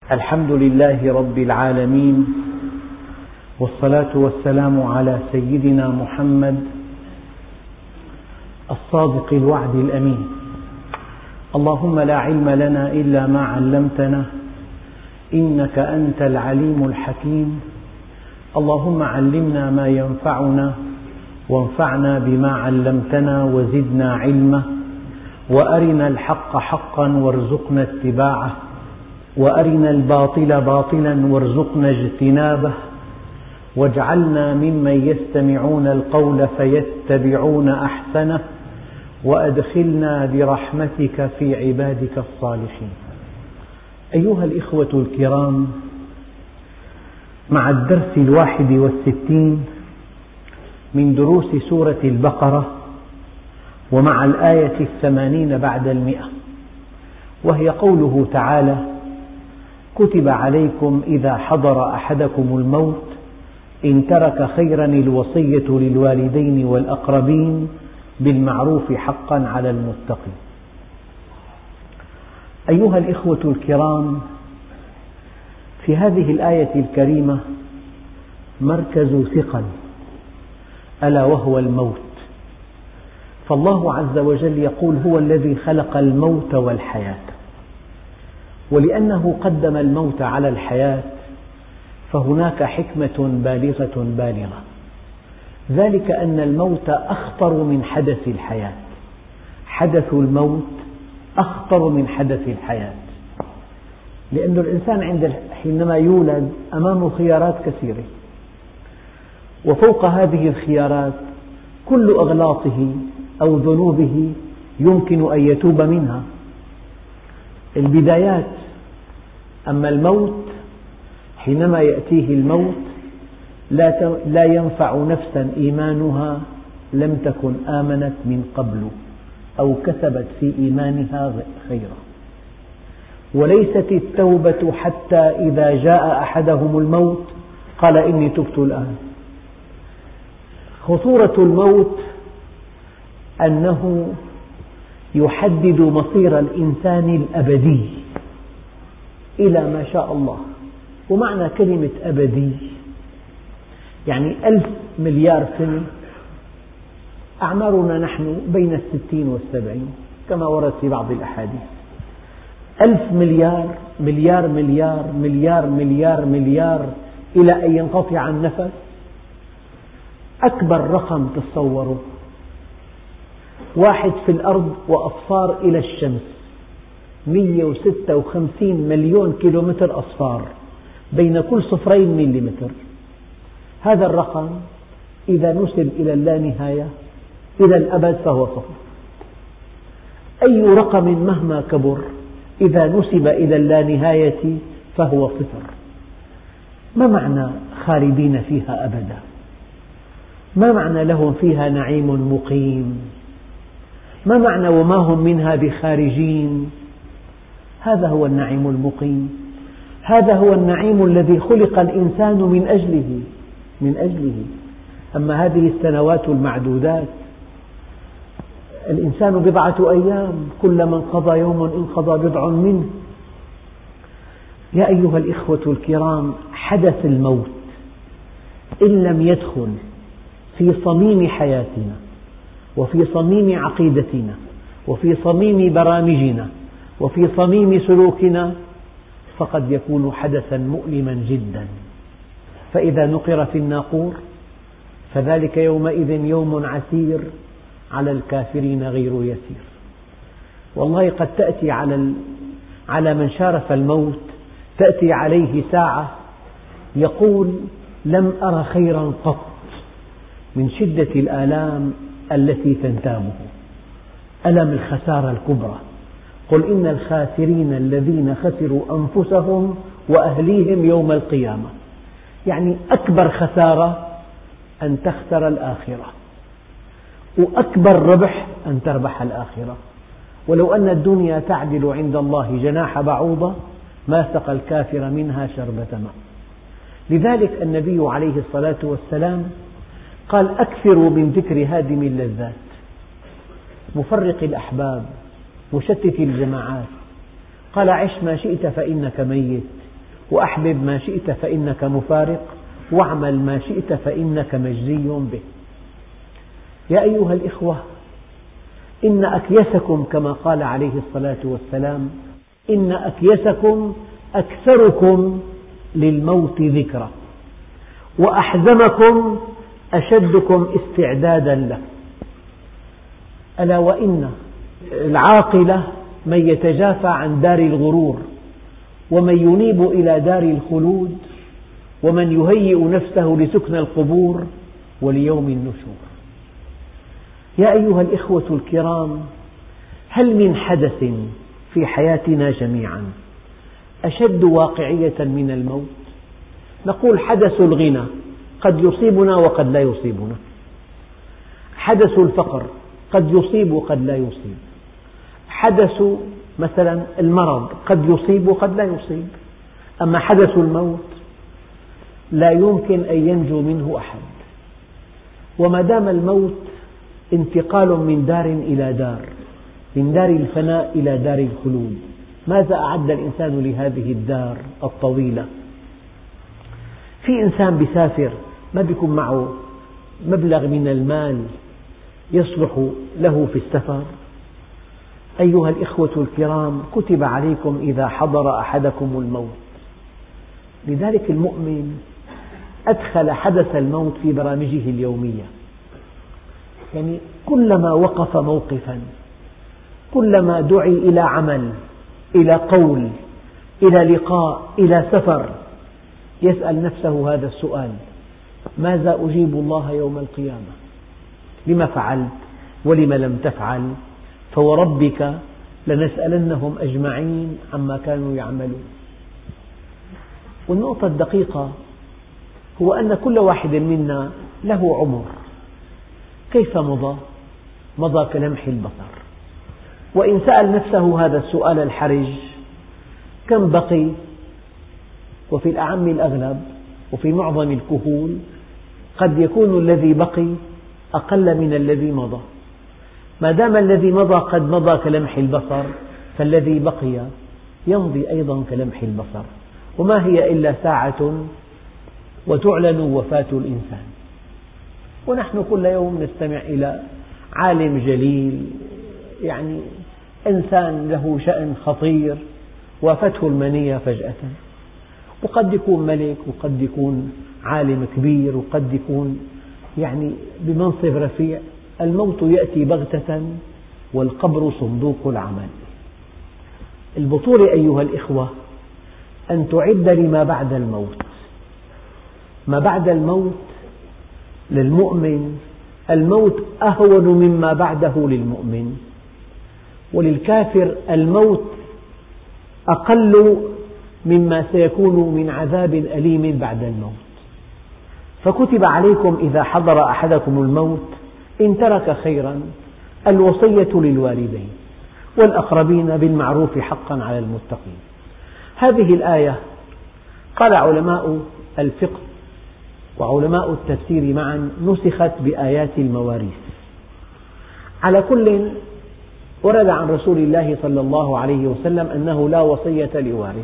الحمد لله رب العالمين، والصلاة والسلام على سيدنا محمد الصادق الوعد الأمين. اللهم لا علم لنا إلا ما علمتنا إنك أنت العليم الحكيم. اللهم علمنا ما ينفعنا وانفعنا بما علمتنا وزدنا علما، وأرنا الحق حقا وارزقنا اتباعه، وأرنا الباطل باطلا وارزقنا اجتنابه، واجعلنا ممن يستمعون القول فيتبعون أحسنه، وأدخلنا برحمتك في عبادك الصالحين. أيها الإخوة الكرام، مع الدرس 61 من دروس سورة البقرة، ومع الآية 80 بعد 100، وهي قوله تعالى: كتب عليكم إذا حضر أحدكم الموت إن ترك خيرا الوصية للوالدين والأقربين بالمعروف حقا على المتقين. أيها الإخوة الكرام، في هذه الآية الكريمة مركز ثقل، ألا وهو الموت. فالله عز وجل يقول: هو الذي خلق الموت والحياة. ولأنه قدم الموت على الحياة فهناك حكمة بالغة، ذلك أن الموت أخطر من حدث الحياة. حدث الموت أخطر من حدث الحياة، لأن الإنسان حينما يولد أمامه خيارات كثيرة، وفوق هذه الخيارات كل أغلاطه أو ذنوبه يمكن أن يتوب منها. البدايات. أما الموت، حينما يأتيه الموت لا ينفع نفسا إيمانها لم تكن آمنت من قبل أو كسبت في إيمانها خيرا. وليست التوبة حتى إذا جاء أحدهم الموت قال إني تبت الآن. خطورة الموت أنه يحدد مصير الإنسان الأبدي إلى ما شاء الله. ومعنى كلمة أبدي يعني 1000 مليار سنة. أعمارنا نحن بين 60 و70 كما ورد في بعض الأحاديث. 1000 مليار مليار مليار مليار مليار مليار إلى أن ينقطع النفس. أكبر رقم تصوره 1 في الأرض وأصفار إلى الشمس 156 مليون كيلومتر أصفار، بين كل صفرين مليمتر. هذا الرقم إذا نسب إلى اللانهاية إلى الأبد فهو صفر. أي رقم مهما كبر إذا نسب إلى اللانهاية فهو صفر. ما معنى خالدين فيها أبدا؟ ما معنى لهم فيها نعيم مقيم؟ ما معنى وما هم منها بخارجين؟ هذا هو النعيم المقيم. هذا هو النعيم الذي خلق الإنسان من أجله. أما هذه السنوات المعدودات، الإنسان بضعة أيام، كلما انقضى يوم انقضى بضع منه. يا أيها الإخوة الكرام، حدث الموت إن لم يدخل في صميم حياتنا وفي صميم عقيدتنا وفي صميم برامجنا وفي صميم سلوكنا فقد يكون حدثا مؤلما جدا. فإذا نقر في الناقور فذلك يومئذ يوم عسير على الكافرين غير يسير. والله قد تأتي على من شارف الموت، تأتي عليه ساعة يقول: لم أر خيرا قط، من شدة الآلام التي تنتابه، ألم الخسارة الكبرى. قل إن الخاسرين الذين خسروا أنفسهم وأهليهم يوم القيامة. يعني أكبر خسارة أن تخسر الآخرة، وأكبر ربح أن تربح الآخرة. ولو أن الدنيا تعدل عند الله جناح بعوضة ما سقى الكافر منها شربة ماء. لذلك النبي عليه الصلاة والسلام قال: أكثروا من ذكر هادم اللذات، مفرق الأحباب، مشتت الجماعات. قال: عش ما شئت فإنك ميت. وأحبب ما شئت فإنك مفارق، واعمل ما شئت فإنك مجزي به. يا أيها الإخوة، إن أكيسكم كما قال عليه الصلاة والسلام: إن أكيسكم أكثركم للموت ذكرى، وأحزمكم أشدكم استعدادا له. ألا وإن العاقل من يتجافى عن دار الغرور، ومن ينيب إلى دار الخلود، ومن يهيئ نفسه لسكن القبور وليوم النشور. يا أيها الإخوة الكرام، هل من حدث في حياتنا جميعا أشد واقعية من الموت؟ نقول حدث الغنى قد يصيبنا وقد لا يصيبنا، حدث الفقر قد يصيب وقد لا يصيب، حدث مثلا المرض قد يصيب وقد لا يصيب، أما حدث الموت لا يمكن أن ينجو منه أحد. وما دام الموت انتقال من دار إلى دار، من دار الفناء إلى دار الخلود، ماذا أعد الإنسان لهذه الدار الطويلة؟ في إنسان بيسافر ما بيكون معه مبلغ من المال يصلح له في السفر. أيها الإخوة الكرام، كتب عليكم إذا حضر أحدكم الموت. لذلك المؤمن أدخل حدث الموت في برامجه اليومية، يعني كلما وقف موقفا، كلما دعي إلى عمل، إلى قول، إلى لقاء، إلى سفر، يسأل نفسه هذا السؤال: ماذا أجيب الله يوم القيامة؟ لم فعلت ولم لم تفعل؟ فوربك لنسألنهم أجمعين عما كانوا يعملون. والنقطة الدقيقة هو أن كل واحد منا له عمر، كيف مضى؟ مضى كلمح البصر. وإن سأل نفسه هذا السؤال الحرج: كم بقي؟ وفي الأعم الأغلب وفي معظم الكهول قد يكون الذي بقي أقل من الذي مضى. ما دام الذي مضى قد مضى كلمح البصر، فالذي بقي يمضي أيضا كلمح البصر، وما هي إلا ساعة وتعلن وفاة الإنسان. ونحن كل يوم نستمع إلى عالم جليل، يعني إنسان له شأن خطير وافته المنية فجأة، وقد يكون ملك، وقد يكون عالم كبير، وقد يكون يعني بمنصب رفيع. الموت يأتي بغتة والقبر صندوق العمل. البطولة أيها الإخوة أن تعد لما بعد الموت. ما بعد الموت للمؤمن الموت أهون مما بعده للمؤمن، وللكافر الموت أقل مما سيكون من عذاب أليم بعد الموت. فكتب عليكم إذا حضر أحدكم الموت إن ترك خيرا الوصية للوالدين والأقربين بالمعروف حقا على المتقين. هذه الآية قال علماء الفقه وعلماء التفسير معا نسخت بآيات المواريث. على كل، ورد عن رسول الله صلى الله عليه وسلم أنه لا وصية لوارث.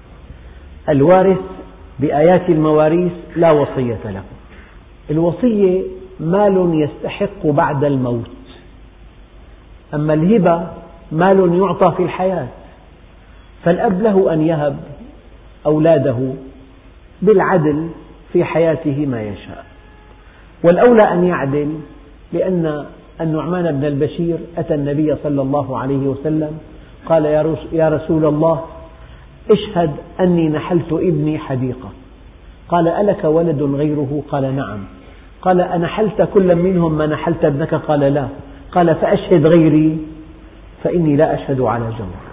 الوارث بآيات المواريث لا وصية له. الوصية مال يستحق بعد الموت، أما الهبة مال يعطى في الحياة، فالأب له أن يهب أولاده بالعدل في حياته ما يشاء، والأولى أن يعدل، لأن النعمان بن البشير أتى النبي صلى الله عليه وسلم قال: يا رسول الله، اشهد أني نحلت ابني حديقة. قال: ألك ولد غيره؟ قال: نعم. قال: أنحلت كل منهم ما نحلت ابنك؟ قال: لا. قال: فأشهد غيري فإني لا أشهد على جور.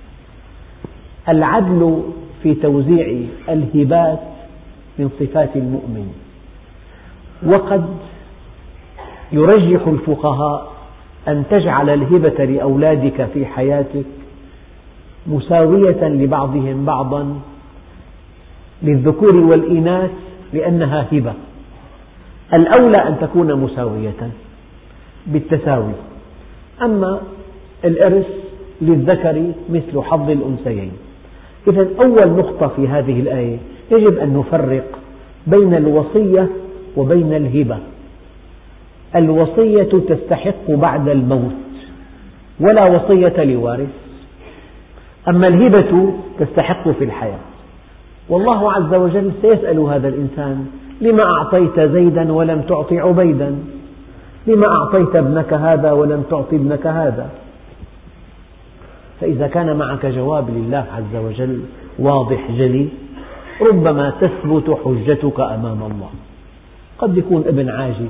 العدل في توزيع الهبات من صفات المؤمن. وقد يرجح الفقهاء أن تجعل الهبة لأولادك في حياتك مساوية لبعضهم بعضا، للذكور والإناث، لأنها هبة. الأولى أن تكون مساوية بالتساوي. أما الإرث للذكر مثل حظ الأنثيين. إذا أول نقطة في هذه الآية يجب أن نفرق بين الوصية وبين الهبة. الوصية تستحق بعد الموت ولا وصية لوارث، أما الهبة تستحق في الحياة. والله عز وجل سيسأل هذا الإنسان: لما أعطيت زيدا ولم تعط عبيدا؟ لما أعطيت ابنك هذا ولم تعط ابنك هذا؟ فإذا كان معك جواب لله عز وجل واضح جلي، ربما تثبت حجتك أمام الله. قد يكون ابن عاجز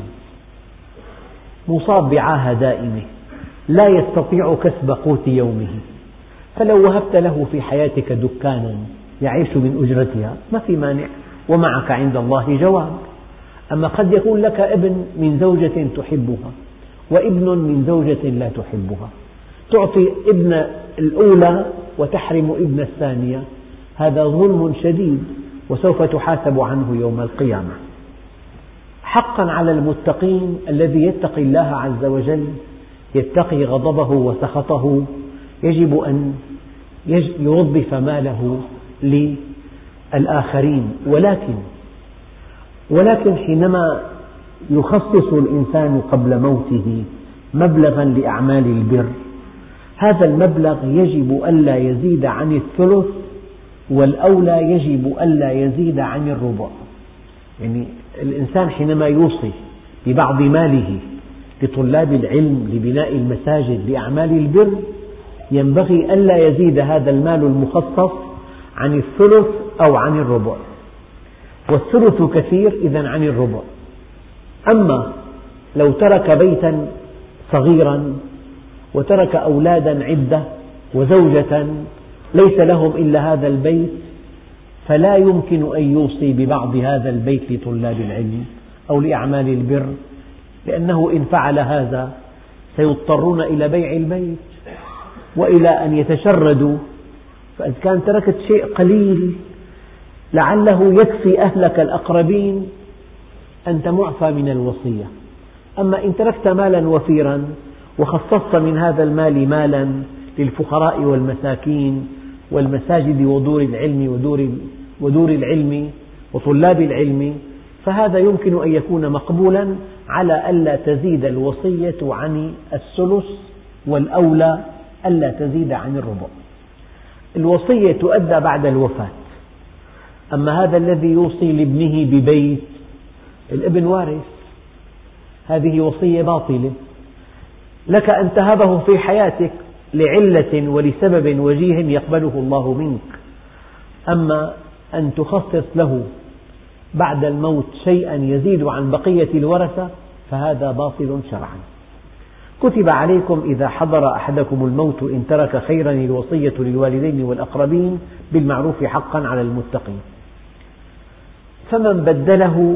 مصاب بعاهة دائمة لا يستطيع كسب قوت يومه، فلو وهبت له في حياتك دكانا يعيش من أجرتها ما في مانع، ومعك عند الله جواب. أما قد يكون لك ابن من زوجة تحبها وابن من زوجة لا تحبها، تعطي ابن الأولى وتحرم ابن الثانية، هذا ظلم شديد وسوف تحاسب عنه يوم القيامة. حقا على المتقين الذي يتقي الله عز وجل يتقي غضبه وسخطه يجب أن يوظف ماله للآخرين، ولكن حينما يخصص الإنسان قبل موته مبلغا لأعمال البر، هذا المبلغ يجب ألا يزيد عن الثلث، والأولى يجب ألا يزيد عن الربع. يعني الإنسان حينما يوصي ببعض ماله لطلاب العلم، لبناء المساجد، لأعمال البر، ينبغي ألا يزيد هذا المال المخصص عن الثلث أو عن الربع، والثلث كثير إذن عن الربع. أما لو ترك بيتا صغيرا وترك أولادا عدة وزوجة ليس لهم إلا هذا البيت، فلا يمكن أن يوصي ببعض هذا البيت لطلاب العلم أو لأعمال البر، لأنه إن فعل هذا سيضطرون إلى بيع البيت وإلى أن يتشردوا. فإذا كان تركت شيء قليل لعله يكفي أهلك الأقربين أنت معفى من الوصية. أما إن تركت مالا وفيرا وخصصت من هذا المال مالا للفقراء والمساكين والمساجد ودور العلم وطلاب العلم، فهذا يمكن أن يكون مقبولا على ألا تزيد الوصية عن الثلث، والأولى ألا تزيد عن الربع. الوصية تؤدى بعد الوفاة. أما هذا الذي يوصي لابنه ببيت، الابن وارث، هذه وصية باطلة. لك أن تهبه في حياتك لعلة ولسبب وجيه يقبله الله منك، أما أن تخصص له بعد الموت شيئا يزيد عن بقية الورثة فهذا باطل شرعا. كتب عليكم إذا حضر أحدكم الموت إن ترك خيرا الوصية للوالدين والأقربين بالمعروف حقا على المتقين. فمن بدله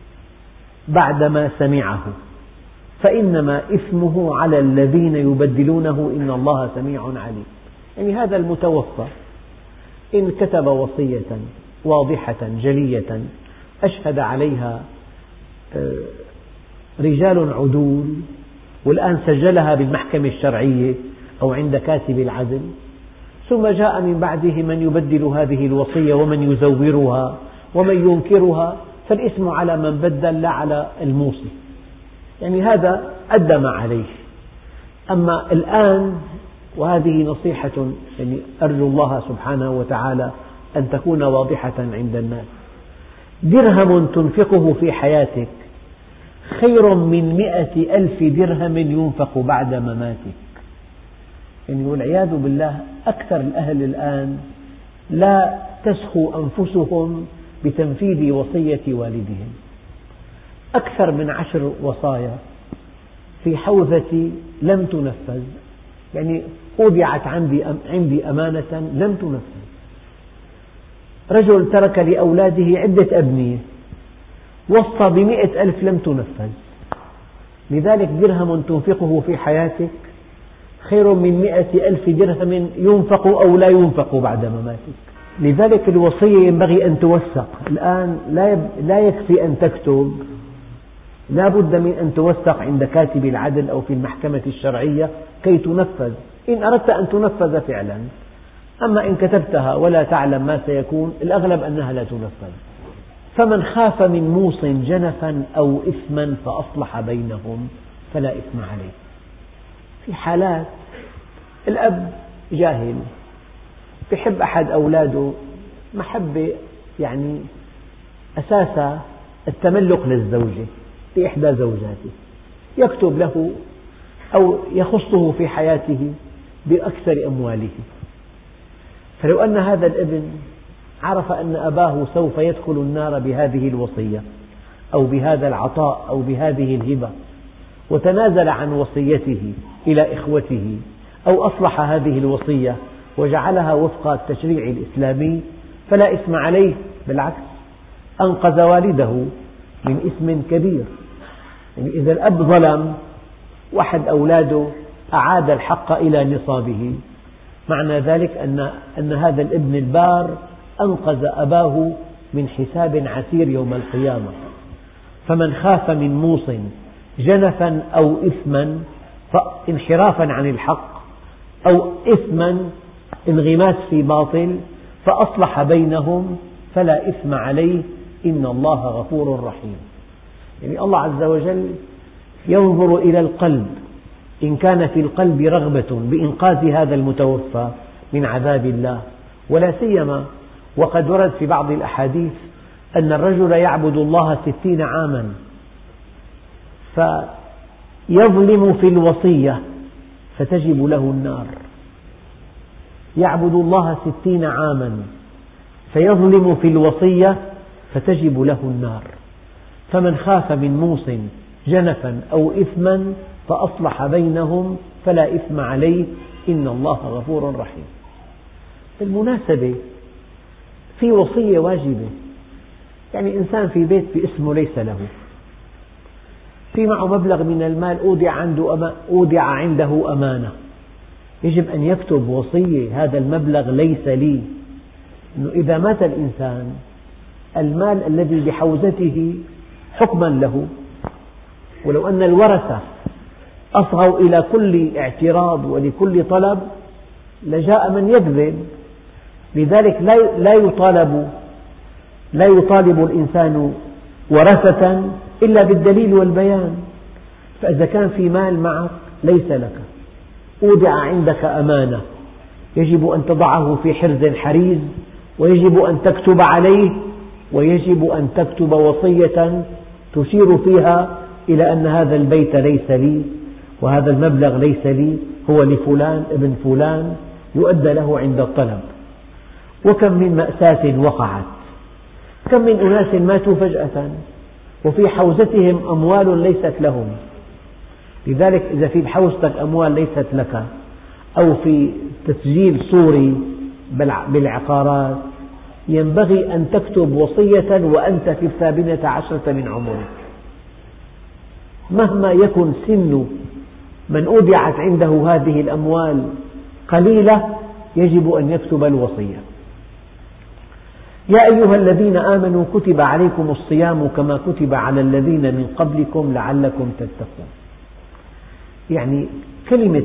بعدما سمعه فإنما إثمه على الذين يبدلونه إن الله سميع عليم. يعني هذا المتوفى إن كتب وصية واضحة جلية أشهد عليها رجال عدول، والآن سجلها بالمحكمة الشرعية أو عند كاتب العدل، ثم جاء من بعده من يبدل هذه الوصية ومن يزورها ومن ينكرها، فالإثم على من بدل لا على الموصي. يعني هذا أدى ما عليه. أما الآن، وهذه نصيحة يعني أرجو الله سبحانه وتعالى أن تكون واضحة عند الناس، درهم تنفقه في حياتك خير من 100,000 درهم ينفق بعد مماتك. يعني والعياذ بالله أكثر الأهل الآن لا تسخو أنفسهم بتنفيذ وصية والدهم. أكثر من 10 وصايا في حوزتي لم تنفذ، يعني وضعت عندي أمانة لم تنفذ. رجل ترك لأولاده عدة أبنية، وصى ب100,000 لم تنفذ. لذلك درهم تنفقه في حياتك خير من 100,000 درهم ينفق أو لا ينفق بعد مماتك. لذلك الوصية ينبغي أن توثق. الآن لا يكفي أن تكتب، لا بد من أن توثق عند كاتب العدل أو في المحكمة الشرعية كي تنفذ، إن أردت أن تنفذ فعلا. أما إن كتبتها ولا تعلم ما سيكون الأغلب أنها لا تنفذ. فمن خاف من موص جنفا أو إثما فأصلح بينهم فلا إثم عليه. في حالات الأب جاهل يحب أحد أولاده محبة يعني أساسها التملق للزوجة لإحدى زوجاته، يكتب له أو يخصه في حياته بأكثر أمواله. فلو أن هذا الابن عرف أن أباه سوف يدخل النار بهذه الوصية أو بهذا العطاء أو بهذه الهبة وتنازل عن وصيته إلى إخوته أو أصلح هذه الوصية وجعلها وفق التشريع الإسلامي فلا إثم عليه، بالعكس أنقذ والده من إثم كبير. يعني إذا الأب ظلم وأحد أولاده أعاد الحق إلى نصابه، معنى ذلك أن هذا الابن البار أنقذ أباه من حساب عسير يوم القيامة. فمن خاف من موص جنفا أو إثما انحرافا عن الحق أو إثما انغماس في باطل فأصلح بينهم فلا إثم عليه إن الله غفور رحيم. يعني الله عز وجل ينظر إلى القلب، إن كان في القلب رغبة بإنقاذ هذا المتوفى من عذاب الله، ولا سيما وقد ورد في بعض الأحاديث أن الرجل يعبد الله 60 عاما فيظلم في الوصية فتجب له النار. يعبد الله 60 عاما فيظلم في الوصية فتجب له النار. فمن خاف من موص جنفا أو إثما فأصلح بينهم فلا إثم عليه إن الله غفور رحيم. بالمناسبة في وصية واجبة، يعني إنسان في بيت باسمه ليس له، في معه مبلغ من المال أودع عنده أمانة، يجب أن يكتب وصية هذا المبلغ ليس لي، إنه إذا مات الإنسان المال الذي بحوزته حكما له، ولو أن الورثة أصغوا إلى كل اعتراض ولكل طلب لجاء من يكذب. لذلك لا يطالب الإنسان ورثة إلا بالدليل والبيان. فإذا كان في مال معك ليس لك، أودع عندك أمانة، يجب أن تضعه في حرز حريز، ويجب أن تكتب عليه، ويجب أن تكتب وصية تشير فيها إلى أن هذا البيت ليس لي وهذا المبلغ ليس لي، هو لفلان ابن فلان يؤدى له عند الطلب. وكم من مأساة وقعت، كم من أناس ماتوا فجأة وفي حوزتهم أموال ليست لهم. لذلك إذا في بحوزتك أموال ليست لك أو في تسجيل صوري بالعقارات ينبغي أن تكتب وصية وأنت في 17 من عمرك، مهما يكن سن من أودعت عنده هذه الأموال قليلة يجب أن يكتب الوصية. يا أيها الذين آمنوا كتب عليكم الصيام كما كتب على الذين من قبلكم لعلكم تتقون. يعني كلمة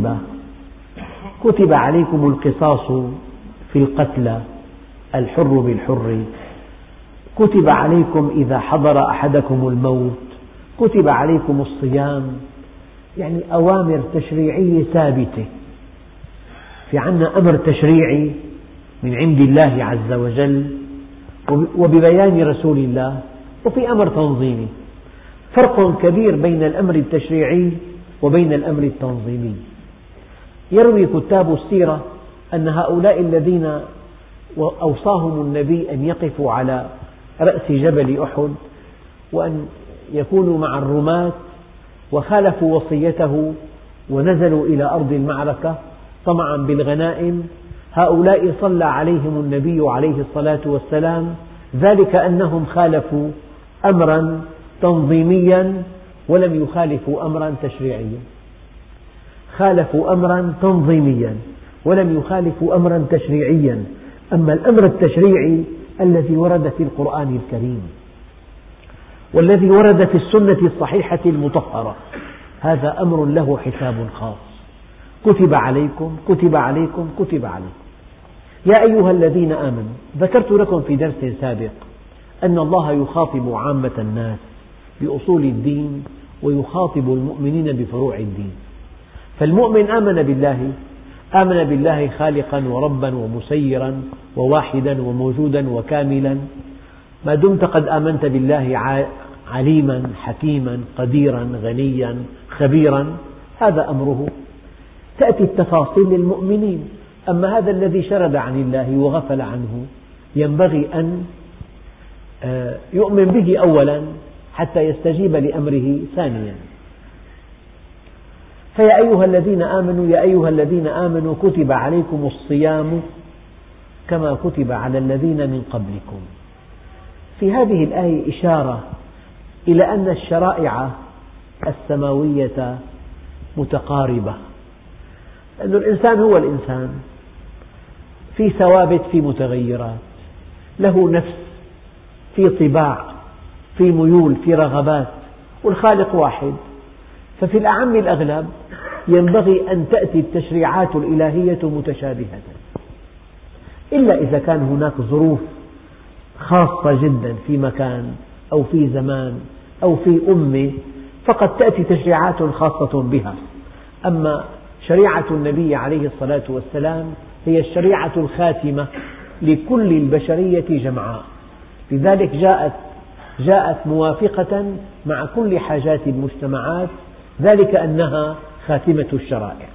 كتب عليكم القصاص في القتلى الحر بالحر، كتب عليكم إذا حضر أحدكم الموت، كتب عليكم الصيام، يعني أوامر تشريعية ثابتة. في عندنا أمر تشريعي من عند الله عز وجل وببيان رسول الله، وفي أمر تنظيمي. فرق كبير بين الأمر التشريعي وبين الأمر التنظيمي. يروي كتاب السيرة أن هؤلاء الذين أوصاهم النبي أن يقفوا على رأس جبل أحد وأن يكونوا مع الرماة وخالفوا وصيته ونزلوا إلى أرض المعركة طمعا بالغنائم، هؤلاء صلى عليهم النبي عليه الصلاة والسلام، ذلك أنهم خالفوا أمرا تنظيميا ولم يخالفوا أمرا تشريعيا. خالفوا أمرا تنظيميا ولم يخالفوا أمرا تشريعيا. أما الأمر التشريعي الذي ورد في القرآن الكريم والذي ورد في السنة الصحيحة المطهرة هذا أمر له حساب خاص. كتب عليكم كتب عليكم كتب عليكم. يا أيها الذين آمنوا. ذكرت لكم في درس سابق أن الله يخاطب عامة الناس بأصول الدين ويخاطب المؤمنين بفروع الدين. فالمؤمن آمن بالله خالقا وربا ومسيرا وواحدا وموجودا وكاملا، ما دمت قد آمنت بالله عليما حكيما قديرا غنيا خبيرا، هذا أمره. تأتي التفاصيل للمؤمنين. أما هذا الذي شرد عن الله وغفل عنه ينبغي أن يؤمن به أولا حتى يستجيب لأمره ثانيا. فيا أيها الذين آمنوا كتب عليكم الصيام كما كتب على الذين من قبلكم. في هذه الآية إشارة إلى أن الشرائع السماوية متقاربة، لأن الإنسان هو الإنسان، في ثوابت في متغيرات، له نفس، في طباع، في ميول، في رغبات، والخالق واحد. ففي الأعم الأغلب ينبغي أن تأتي التشريعات الإلهية متشابهة، إلا إذا كان هناك ظروف خاصة جدا في مكان أو في زمان أو في أمة، فقد تأتي تشريعات خاصة بها. أما شريعة النبي عليه الصلاة والسلام هي الشريعة الخاتمة لكل البشرية جمعاء، لذلك جاءت موافقة مع كل حاجات المجتمعات، ذلك أنها خاتمة الشرائع.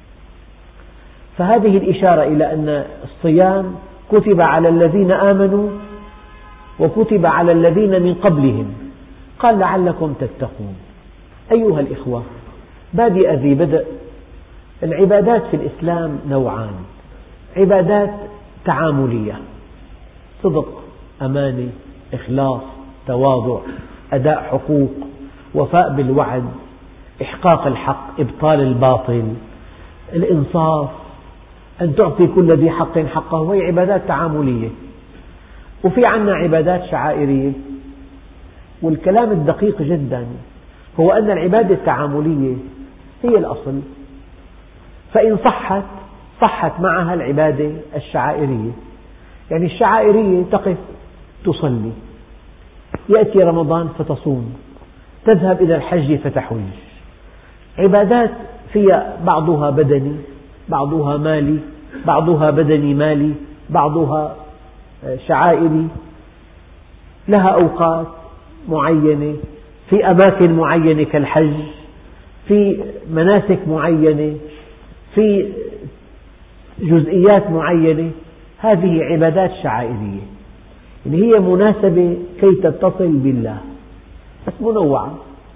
فهذه الإشارة إلى أن الصيام كتب على الذين آمنوا وكتب على الذين من قبلهم، قال لعلكم تتقون. أيها الإخوة، بادئ ذي بدء، العبادات في الإسلام نوعان: عبادات تعاملية، صدق، أمانة، إخلاص، تواضع، أداء حقوق، وفاء بالوعد، إحقاق الحق، إبطال الباطل، الإنصاف، أن تعطي كل ذي حق حقه، وهي عبادات تعاملية. وفي عنا عبادات شعائرية، والكلام الدقيق جدا هو أن العبادة التعاملية هي الأصل، فإن صحت معها العبادة الشعائرية. يعني الشعائرية تقف تصلي، يأتي رمضان فتصوم، تذهب إلى الحج فتحج. عبادات فيها بعضها بدني، بعضها مالي، بعضها بدني مالي، بعضها شعائري، لها أوقات معينة، في أماكن معينة كالحج، في مناسك معينة، في جزئيات معينة. هذه عبادات شعائرية، يعني هي مناسبة كي تتصل بالله، بس منوعة.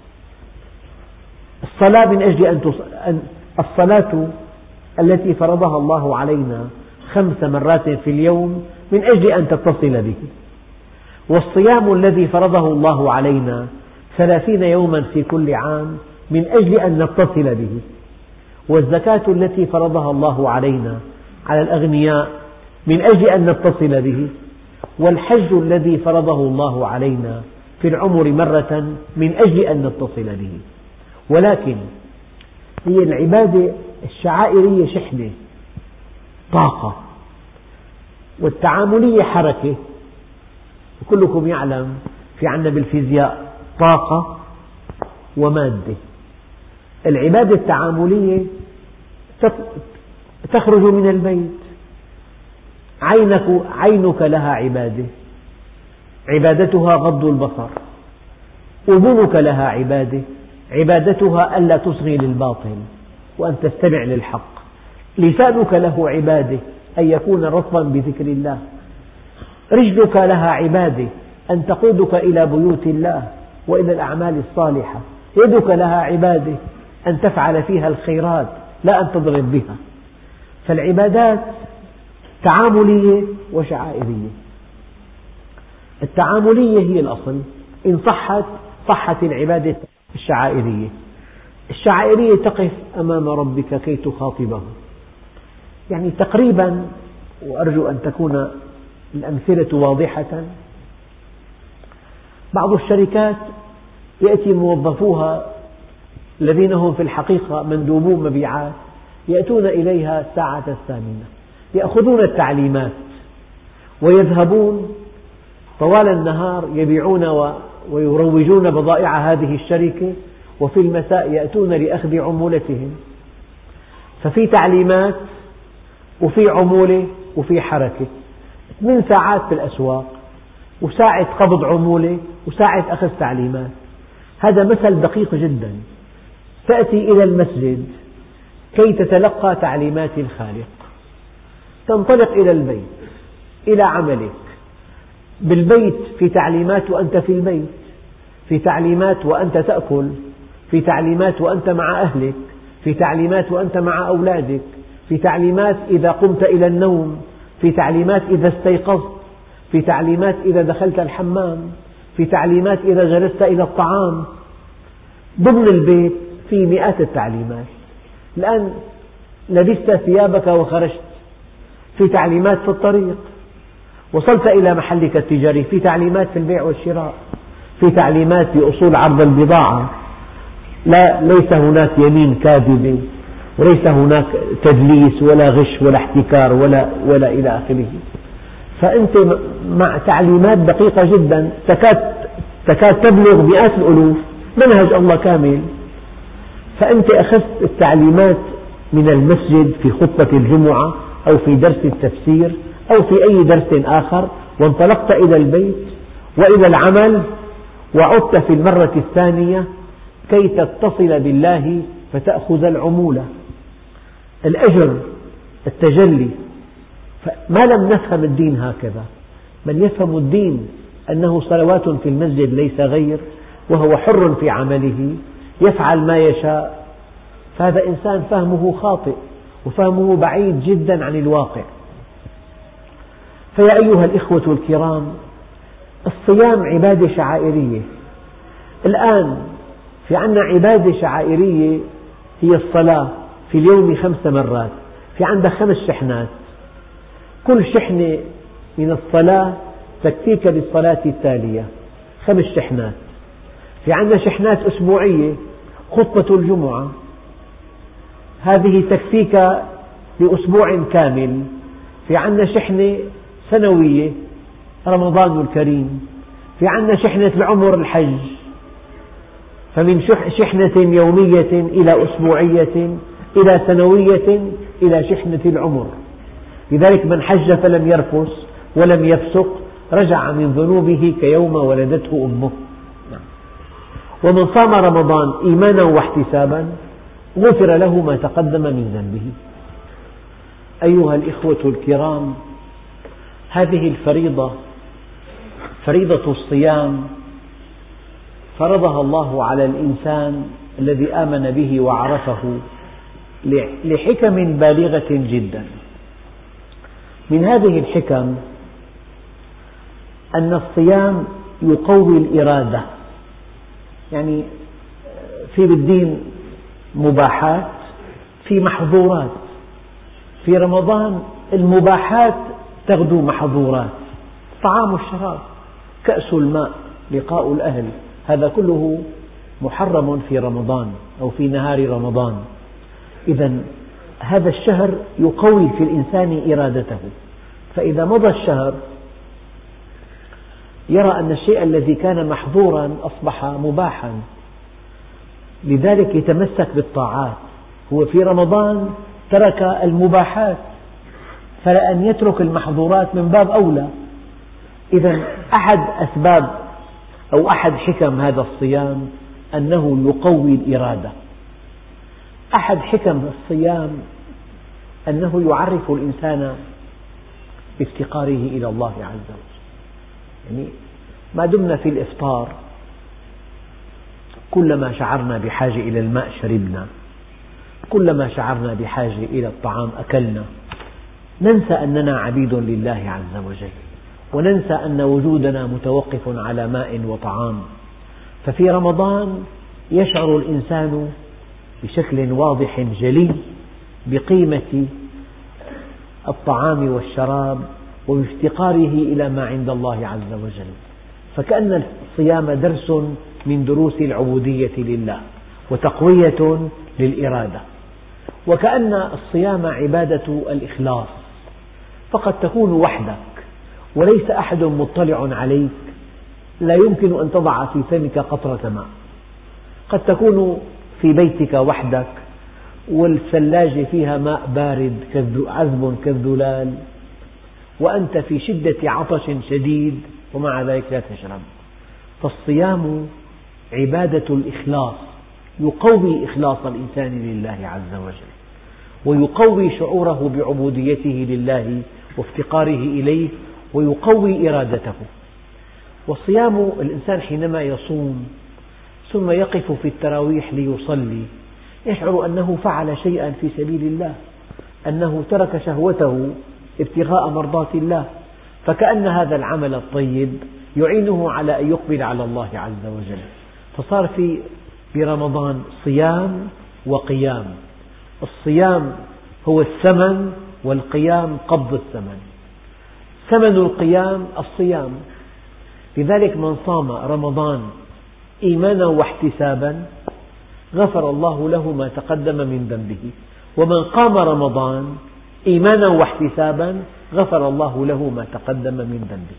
الصلاة من أجل الصلاة التي فرضها الله علينا 5 مرات في اليوم من أجل أن تتصل به، والصيام الذي فرضه الله علينا 30 يوما في كل عام من أجل أن نتصل به، والزكاة التي فرضها الله علينا على الأغنياء من أجل أن نتصل به، والحج الذي فرضه الله علينا في العمر مرة من أجل أن نتصل به. ولكن هي العبادة الشعائرية شحنة، طاقة، والتعاملية حركة. وكلكم يعلم في عنا بالفيزياء طاقة ومادة. العبادة التعاملية تخرج من البيت، عينك لها عبادة، عبادتها غض البصر. أذنك لها عبادة، عبادتها ألا تصغي للباطل وأن تستمع للحق. لسانك له عبادة، أن يكون رطبا بذكر الله. رجلك لها عبادة، أن تقودك إلى بيوت الله وإلى الأعمال الصالحة. يدك لها عبادة، أن تفعل فيها الخيرات لا أن تضرب بها. فالعبادات تعاملية وشعائرية. التعاملية هي الأصل، إن صحت العبادة الشعائرية. الشعائرية تقف أمام ربك كي تخاطبه، يعني تقريبا، وأرجو أن تكون الأمثلة واضحة. بعض الشركات يأتي موظفوها الذين هم في الحقيقة مندوبو مبيعات، يأتون إليها الساعة 8، يأخذون التعليمات ويذهبون طوال النهار يبيعون ويروجون بضائع هذه الشركة، وفي المساء يأتون لأخذ عمولتهم. ففي تعليمات وفي عمولة وفي حركة، 8 ساعات في الأسواق، وساعة قبض عمولة وساعة أخذ تعليمات. هذا مثل دقيق جدا. تأتي إلى المسجد كي تتلقى تعليمات الخالق، تنطلق إلى البيت، إلى عملك. بالبيت في تعليمات وأنت في البيت، في تعليمات وأنت تأكل، في تعليمات وأنت مع أهلك، في تعليمات وأنت مع أولادك، في تعليمات إذا قمت إلى النوم، في تعليمات إذا استيقظت، في تعليمات إذا دخلت الحمام، في تعليمات إذا جلست إلى الطعام. ضمن البيت في مئات التعليمات. الآن لبست ثيابك وخرجت، في تعليمات في الطريق. وصلت إلى محلك التجاري، في تعليمات في البيع والشراء، في تعليمات بأصول عرض البضاعة. ليس هناك يمين كاذبة، وليس هناك تدليس ولا غش ولا احتكار ولا إلى آخره. فأنت مع تعليمات دقيقة جدا تكاد تبلغ مئات الألوف، منهج الله كامل. فأنت أخذت التعليمات من المسجد في خطبة الجمعة أو في درس التفسير أو في أي درس آخر، وانطلقت إلى البيت وإلى العمل، وعدت في المرة الثانية كي تتصل بالله فتأخذ العمولة، الأجر، التجلي. ما لم نفهم الدين هكذا. من يفهم الدين أنه صلوات في المسجد ليس غير، وهو حر في عمله يفعل ما يشاء، فهذا إنسان فهمه خاطئ وفهمه بعيد جدا عن الواقع. فيا أيها الإخوة الكرام، الصيام عبادة شعائرية. الآن في عندنا عبادة شعائرية هي الصلاة في اليوم 5 مرات، في عندك 5 شحنات، كل شحنة من الصلاة تكفيك للصلاة التالية، 5 شحنات. في عندنا شحنات أسبوعية، خطبة الجمعة هذه تكفيك لأسبوع كامل. في عندنا شحنة سنوية، رمضان الكريم. في عندنا شحنة العمر، الحج. فمن شحنة يومية إلى أسبوعية إلى سنوية إلى شحنة العمر. لذلك من حج فلم يرفث ولم يفسق رجع من ذنوبه كيوم ولدته أمه. ومن صام رمضان إيمانا واحتسابا غفر له ما تقدم من ذنبه. أيها الإخوة الكرام، هذه الفريضة، فريضة الصيام، فرضها الله على الإنسان الذي آمن به وعرفه لحكم بالغة جدا. من هذه الحكم أن الصيام يقوي الإرادة. يعني في بالدين مباحات، في محظورات. في رمضان المباحات تغدو محظورات، الطعام والشراب، كأس الماء، لقاء الأهل، هذا كله محرم في رمضان أو في نهار رمضان. إذا هذا الشهر يقوي في الإنسان إرادته، فإذا مضى الشهر يرى أن الشيء الذي كان محظورا أصبح مباحا، لذلك يتمسك بالطاعات. هو في رمضان ترك المباحات، فلأن يترك المحظورات من باب أولى. إذا أحد أسباب أو أحد حكم هذا الصيام أنه يقوي الإرادة. أحد حكم الصيام أنه يعرف الإنسان بافتقاره إلى الله عز وجل. يعني ما دمنا في الإفطار كلما شعرنا بحاجة إلى الماء شربنا، كلما شعرنا بحاجة إلى الطعام أكلنا، ننسى أننا عبيد لله عز وجل، وننسى أن وجودنا متوقف على ماء وطعام. ففي رمضان يشعر الإنسان بشكل واضح جلي بقيمة الطعام والشراب وبافتقاره إلى ما عند الله عز وجل. فكأن الصيام درس من دروس العبودية لله وتقوية للإرادة، وكأن الصيام عبادة الإخلاص. فقد تكون وحدك وليس أحد مطلع عليك، لا يمكن أن تضع في فمك قطرة ماء. قد تكون في بيتك وحدك والثلاجة فيها ماء بارد عذب كالذلال، وأنت في شدة عطش شديد ومع ذلك لا تشرب. فالصيام عبادة الإخلاص، يقوي إخلاص الإنسان لله عز وجل، ويقوي شعوره بعبوديته لله وافتقاره إليه، ويقوي إرادته. والصيام الإنسان حينما يصوم ثم يقف في التراويح ليصلي يشعر أنه فعل شيئا في سبيل الله، أنه ترك شهوته ابتغاء مرضاة الله، فكأن هذا العمل الطيب يعينه على أن يقبل على الله عز وجل. فصار في برمضان صيام وقيام. الصيام هو الثمن، والقيام قبض الثمن. ثمن القيام الصيام. لذلك من صام رمضان إيمانا واحتسابا غفر الله له ما تقدم من ذنبه، ومن قام رمضان إيمانا واحتسابا غفر الله له ما تقدم من ذنبه.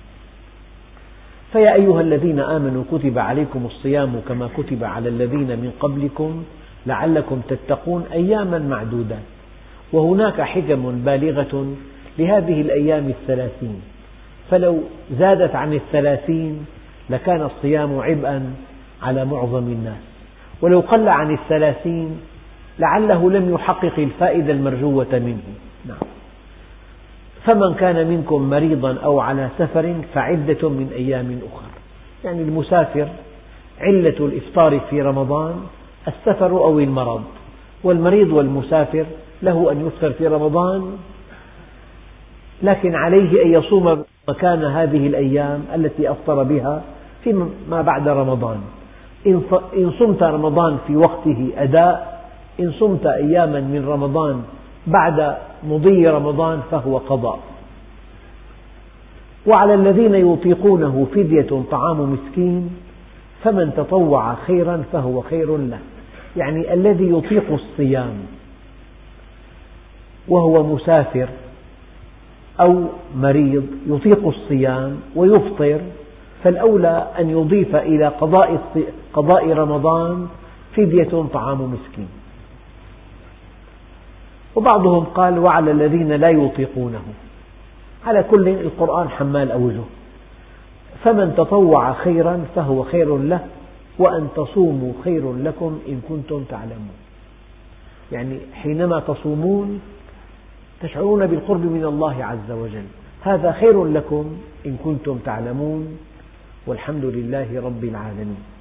فيا أيها الذين آمنوا كتب عليكم الصيام كما كتب على الذين من قبلكم لعلكم تتقون أياما معدودات. وهناك حكم بالغة لهذه الأيام 30، فلو زادت عن 30 لكان الصيام عبئا على معظم الناس، ولو قل عن 30 لعله لم يحقق الفائدة المرجوة منه. نعم. فمن كان منكم مريضا أو على سفر فعدة من أيام أخر. يعني المسافر علة الإفطار في رمضان السفر أو المرض، والمريض والمسافر له أن يفطر في رمضان، لكن عليه أن يصوم مكان هذه الأيام التي أفطر بها فيما بعد رمضان. إن صمت رمضان في وقته أداء، إن صمت أياما من رمضان بعد مضي رمضان فهو قضاء. وعلى الذين يطيقونه فدية طعام مسكين فمن تطوع خيرا فهو خير له. يعني الذي يطيق الصيام وهو مسافر أو مريض يطيق الصيام ويفطر، فالأولى أن يضيف إلى قضاء رمضان فدية طعام مسكين. وبعضهم قال وعلى الذين لا يطيقونه. على كل القرآن حمال أوجه. فمن تطوع خيرا فهو خير له وأن تصوموا خير لكم إن كنتم تعلمون. يعني حينما تصومون تشعرون بالقرب من الله عز وجل، هذا خير لكم إن كنتم تعلمون. والحمد لله رب العالمين.